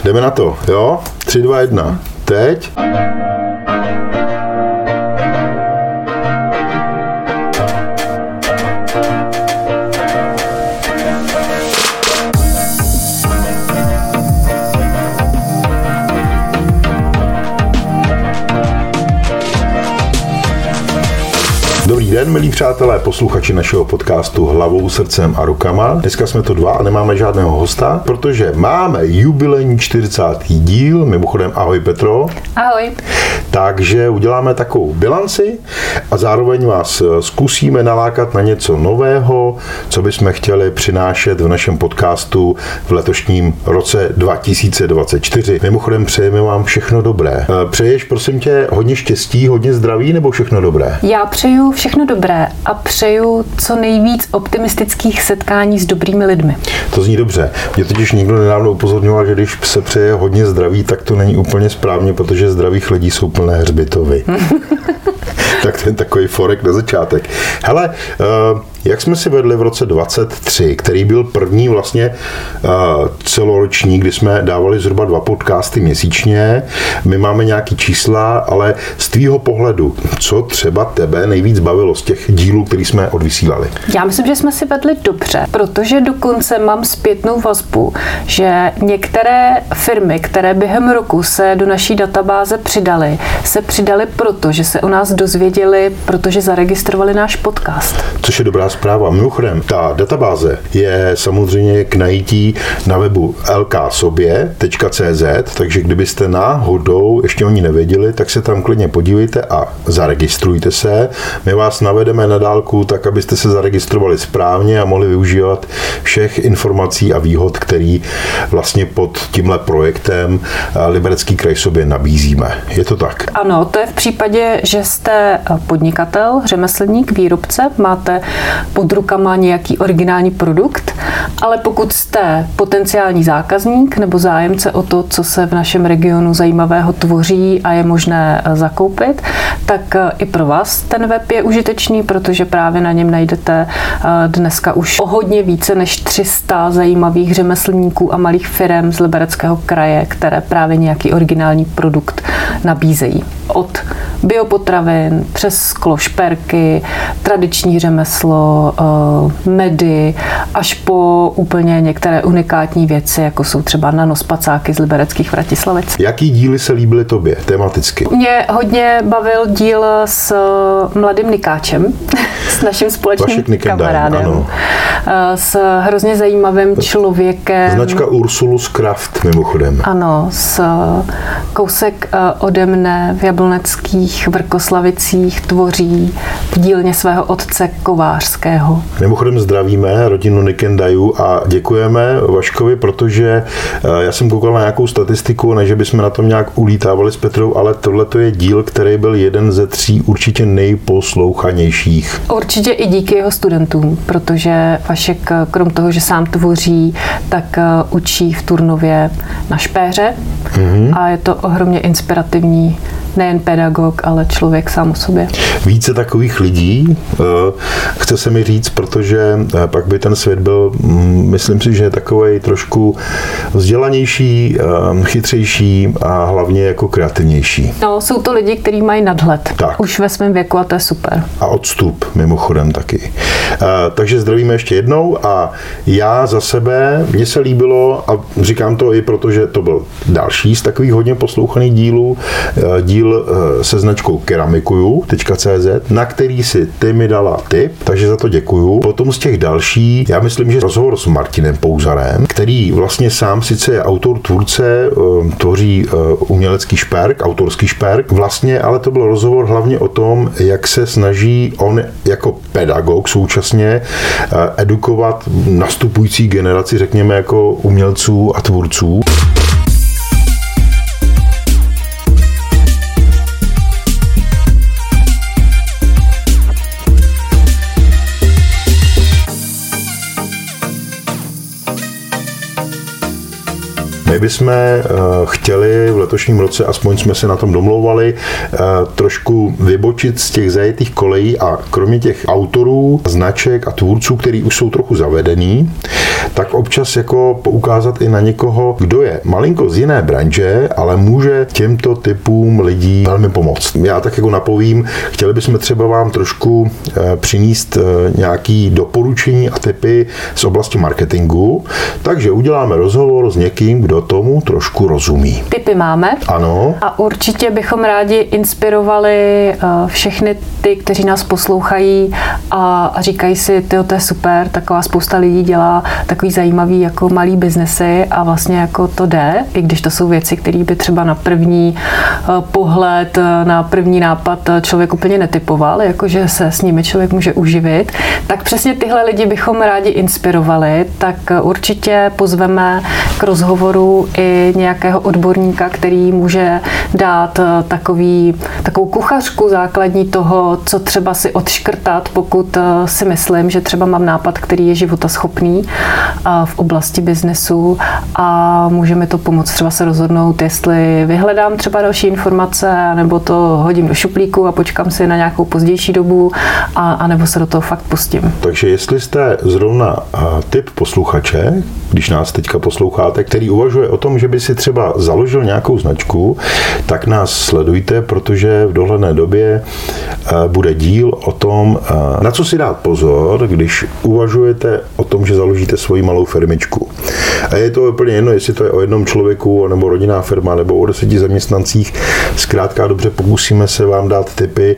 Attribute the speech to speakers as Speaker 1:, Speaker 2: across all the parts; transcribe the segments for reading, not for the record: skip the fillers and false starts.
Speaker 1: Jdeme na to, jo? 3, 2, 1. Teď. Dobrý den, milí přátelé, posluchači našeho podcastu Hlavou, srdcem a rukama. Dneska jsme to dva a nemáme žádného hosta, protože máme jubilejní 40. díl. Mimochodem, ahoj Petro.
Speaker 2: Ahoj.
Speaker 1: Takže uděláme takovou bilanci a zároveň vás zkusíme nalákat na něco nového, co bychom chtěli přinášet v našem podcastu v letošním roce 2024. Mimochodem, přejeme vám všechno dobré. Přeješ, prosím tě, hodně štěstí, hodně zdraví nebo všechno dobré?
Speaker 2: Já přeju všechno dobré a přeju co nejvíc optimistických setkání s dobrými lidmi.
Speaker 1: To zní dobře. Mě totiž někdo nedávno upozorňoval, že když se přeje hodně zdraví, tak to není úplně správně, protože zdravých lidí jsou plné hřbitovy. Tak ten takový forek na začátek. Hele, jak jsme si vedli v roce 23, který byl první vlastně celoroční, kdy jsme dávali zhruba 2 podcasty měsíčně. My máme nějaký čísla, ale z tvýho pohledu, co třeba tebe nejvíc bavilo z těch dílů, který jsme odvysílali?
Speaker 2: Já myslím, že jsme si vedli dobře, protože dokonce mám zpětnou vazbu, že některé firmy, které během roku se do naší databáze přidaly, se přidaly proto, že se o nás dozvěděli, protože zaregistrovali náš podcast.
Speaker 1: Což je dobrá zpráva. Mimochodem, ta databáze je samozřejmě k najítí na webu lksobě.cz, takže kdybyste náhodou ještě o ní nevěděli, tak se tam klidně podívejte a zaregistrujte se. My vás navedeme na dálku tak, abyste se zaregistrovali správně a mohli využívat všech informací a výhod, který vlastně pod tímhle projektem Liberecký kraj sobě nabízíme. Je to tak?
Speaker 2: Ano, to je v případě, že jste podnikatel, řemeslník, výrobce, máte pod rukama nějaký originální produkt, ale pokud jste potenciální zákazník nebo zájemce o to, co se v našem regionu zajímavého tvoří a je možné zakoupit, tak i pro vás ten web je užitečný, protože právě na něm najdete dneska už o hodně více než 300 zajímavých řemeslníků a malých firem z Libereckého kraje, které právě nějaký originální produkt nabízejí. Od biopotravin přes sklo, šperky, tradiční řemeslo, medy, až po úplně některé unikátní věci, jako jsou třeba nanospacáky z libereckých Vratislavic.
Speaker 1: Jaký díly se líbily tobě tematicky?
Speaker 2: Mě hodně bavil díl s mladým Nikáčem, s naším společným kamarádem. Ano. S hrozně zajímavým člověkem.
Speaker 1: Značka Ursulus Kraft, mimochodem.
Speaker 2: Ano, s kousek ode mne v Jabloneckých Vrkoslavicích tvoří v dílně svého otce kovářského.
Speaker 1: Mimochodem zdravíme rodinu Nikendajů a děkujeme Vaškovi, protože já jsem koukal na nějakou statistiku, ne, že bychom na tom nějak ulítávali s Petrou, ale tohle je díl, který byl jeden ze 3 určitě nejposlouchanějších.
Speaker 2: Určitě i díky jeho studentům, protože Vašek krom toho, že sám tvoří, tak učí v Turnově na špéře a je to ohromně inspirativní. Nejen pedagog, ale člověk sám o sobě.
Speaker 1: Více takových lidí, chce se mi říct, protože pak by ten svět byl, myslím si, že takovej trošku vzdělanější, chytřejší a hlavně jako kreativnější.
Speaker 2: No, jsou to lidi, kteří mají nadhled.
Speaker 1: Tak.
Speaker 2: Už ve svém věku a to je super.
Speaker 1: A odstup, mimochodem taky. Takže zdravíme ještě jednou a já za sebe, mně se líbilo, a říkám to i proto, že to byl další z takových hodně poslouchaných dílů, díl se značkou keramikuju.cz, na který si ty mi dala tip, takže za to děkuju. Potom z těch dalších, já myslím, že rozhovor s Martinem Pouzarem, který vlastně sám sice je autor, tvůrce, tvoří umělecký šperk, autorský šperk, vlastně, ale to byl rozhovor hlavně o tom, jak se snaží on jako pedagog současně edukovat nastupující generaci, řekněme, jako umělců a tvůrců. My bychom chtěli v letošním roce, aspoň jsme se na tom domlouvali, trošku vybočit z těch zajetých kolejí a kromě těch autorů, značek a tvůrců, který už jsou trochu zavedený, tak občas jako poukázat i na někoho, kdo je malinko z jiné branže, ale může těmto typům lidí velmi pomoct. Já tak jako napovím, chtěli bychom třeba vám trošku přinést nějaké doporučení a tipy z oblasti marketingu, takže uděláme rozhovor s někým, kdo tomu trošku rozumí.
Speaker 2: Tipy máme.
Speaker 1: Ano.
Speaker 2: A určitě bychom rádi inspirovali všechny ty, kteří nás poslouchají a říkají si, tyjo, to je super, taková spousta lidí dělá takový zajímavý jako malý biznesy a vlastně jako to jde, i když to jsou věci, které by třeba na první pohled, na první nápad člověk úplně netypoval, jakože se s nimi člověk může uživit, tak přesně tyhle lidi bychom rádi inspirovali, tak určitě pozveme k rozhovoru i nějakého odborníka, který může dát takovou kuchařku základní toho, co třeba si odškrtat, pokud si myslím, že třeba mám nápad, který je životaschopný v oblasti biznesu a může mi to pomoct třeba se rozhodnout, jestli vyhledám třeba další informace, nebo to hodím do šuplíku a počkám si na nějakou pozdější dobu, a nebo se do toho fakt pustím.
Speaker 1: Takže jestli jste zrovna typ posluchače, když nás teďka posloucháte, který uvažuje o tom, že by si třeba založil nějakou značku, tak nás sledujte, protože v dohledné době bude díl o tom, na co si dát pozor, když uvažujete o tom, že založíte svoji malou firmičku. A je to úplně jedno, jestli to je o jednom člověku, nebo rodinná firma, nebo o 10 zaměstnancích. Zkrátka dobře, pokusíme se vám dát tipy,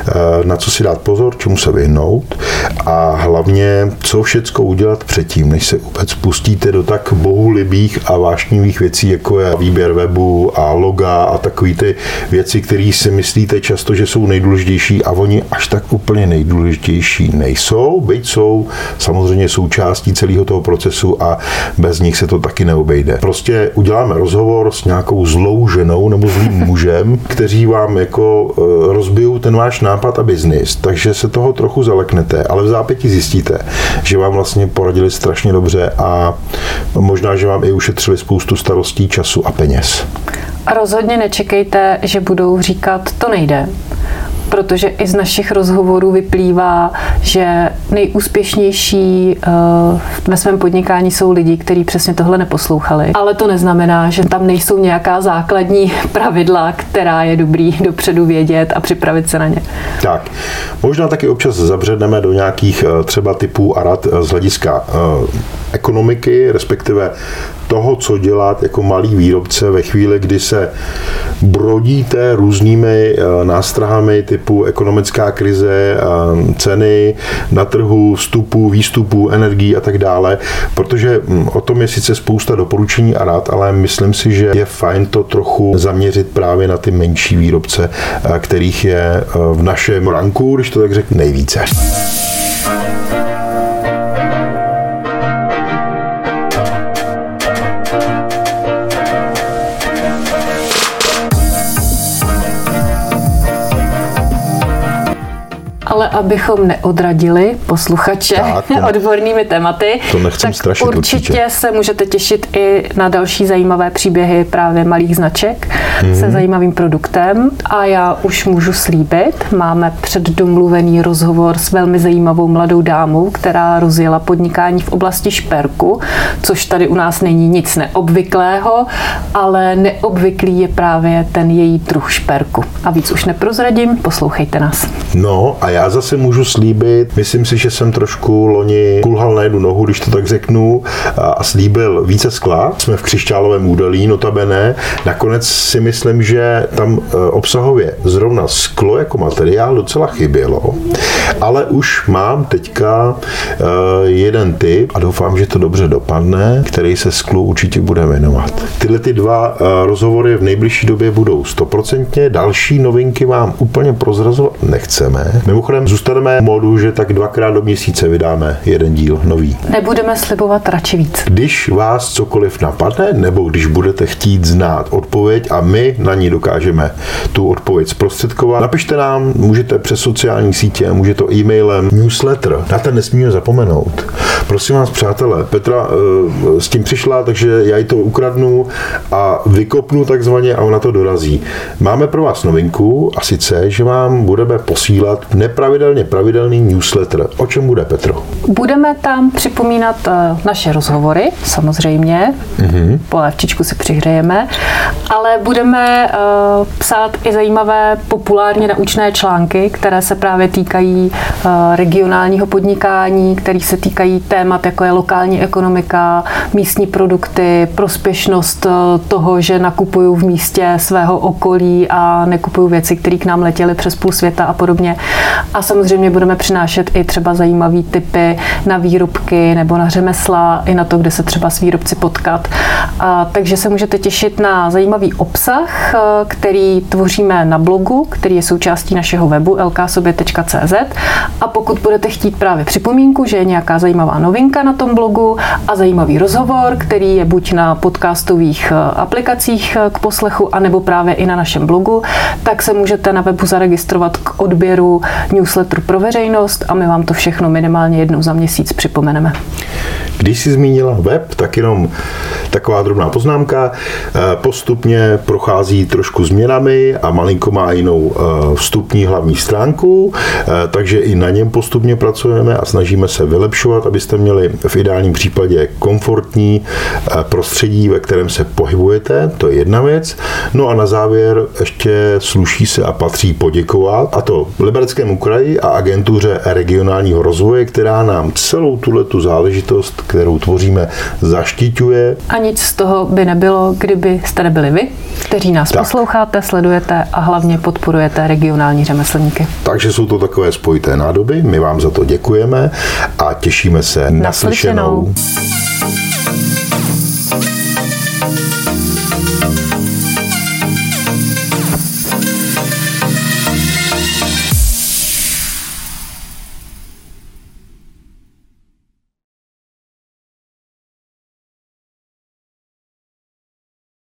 Speaker 1: na co si dát pozor, čemu se vyhnout a hlavně, co všecko udělat předtím, než se vůbec pustíte do tak bohulibých a vášnivých věcí, jako je výběr webu a loga a takový ty věci, které si myslíte často, že jsou nejdůležitější a oni až tak úplně nejdůležitější nejsou, byť jsou samozřejmě součástí celého toho procesu a bez nich se to taky neobejde. Prostě uděláme rozhovor s nějakou zlou ženou nebo zlým mužem, kteří vám jako rozbijou ten váš nápad a biznis, takže se toho trochu zaleknete, ale v zápětí zjistíte, že vám vlastně poradili strašně dobře a možná, že vám i ušetřili spoustu starostí, času a peněz.
Speaker 2: A rozhodně nečekejte, že budou říkat, to nejde. Protože i z našich rozhovorů vyplývá, že nejúspěšnější ve svém podnikání jsou lidi, kteří přesně tohle neposlouchali. Ale to neznamená, že tam nejsou nějaká základní pravidla, která je dobrý dopředu vědět a připravit se na ně.
Speaker 1: Tak, možná taky občas zabředneme do nějakých třeba typů a rad z hlediska ekonomiky, respektive toho, co dělat jako malý výrobce ve chvíli, kdy se brodíte různými nástrahami typu ekonomická krize, ceny na trhu, vstupů, výstupů, energií a tak dále, protože o tom je sice spousta doporučení a rad, ale myslím si, že je fajn to trochu zaměřit právě na ty menší výrobce, kterých je v našem ranku, když to tak řeknu, nejvíce.
Speaker 2: Ale abychom neodradili posluchače odbornými tématy, tak určitě se můžete těšit i na další zajímavé příběhy právě malých značek se zajímavým produktem. A já už můžu slíbit, máme předdomluvený rozhovor s velmi zajímavou mladou dámou, která rozjela podnikání v oblasti šperku, což tady u nás není nic neobvyklého, ale neobvyklý je právě ten její druh šperku. A víc už neprozradím, poslouchejte nás.
Speaker 1: No a já zase můžu slíbit, myslím si, že jsem trošku loni kulhal na jednu nohu, když to tak řeknu, a slíbil více skla. Jsme v křišťálovém údolí, notabene. Nakonec si myslím, že tam obsahově zrovna sklo jako materiál docela chybělo, ale už mám teďka jeden tip a doufám, že to dobře dopadne, který se sklu určitě bude věnovat. Tyhle ty dva rozhovory v nejbližší době budou 100%, další novinky vám úplně prozrazovat nechceme. Mimochodem zůstaneme v modu, že tak 2krát do měsíce vydáme jeden díl nový.
Speaker 2: Nebudeme slibovat radši víc.
Speaker 1: Když vás cokoliv napadne, nebo když budete chtít znát odpověď a my my na ní dokážeme tu odpověď zprostředkovat. Napište nám, můžete přes sociální sítě, můžete e-mailem, newsletter, na ten nesmíme zapomenout. Prosím vás, přátelé, Petra s tím přišla, takže já jí to ukradnu a vykopnu takzvaně a ona to dorazí. Máme pro vás novinku a sice, že vám budeme posílat pravidelný newsletter. O čem bude, Petro?
Speaker 2: Budeme tam připomínat naše rozhovory, samozřejmě, polévčičku si přihřejeme, ale budeme psát i zajímavé populárně naučné články, které se právě týkají regionálního podnikání, které se týkají témat, jako je lokální ekonomika, místní produkty, prospěšnost toho, že nakupuju v místě svého okolí a nekupuju věci, které k nám letěly přes půl světa a podobně. A samozřejmě budeme přinášet i třeba zajímavé tipy na výrobky nebo na řemesla, i na to, kde se třeba s výrobci potkat. Takže se můžete těšit na zajímavý obsah, který tvoříme na blogu, který je součástí našeho webu lksobě.cz. A pokud budete chtít právě připomínku, že je nějaká zajímavá novinka na tom blogu a zajímavý rozhovor, který je buď na podcastových aplikacích k poslechu, anebo právě i na našem blogu, tak se můžete na webu zaregistrovat k odběru newsletteru pro veřejnost a my vám to všechno minimálně jednou za měsíc připomeneme.
Speaker 1: Když jsi zmínila web, tak jenom taková drobná poznámka. Postupně prochází trošku změnami a malinko má jinou vstupní hlavní stránku, takže i na něm postupně pracujeme a snažíme se vylepšovat, abyste měli v ideálním případě komfortní prostředí, ve kterém se pohybujete, to je jedna věc. No a na závěr ještě sluší se a patří poděkovat, a to Libereckému kraji a agentuře regionálního rozvoje, která nám celou tuhletu záležitost, kterou tvoříme, zaštiťuje.
Speaker 2: A nic z toho by nebylo, kdyby jste nebyli vy, kteří nás posloucháte, sledujete a hlavně podporujete regionální řemeslníky.
Speaker 1: Takže jsou to takové spojité nádoby, my vám za to děkujeme a těšíme se na slyšenou.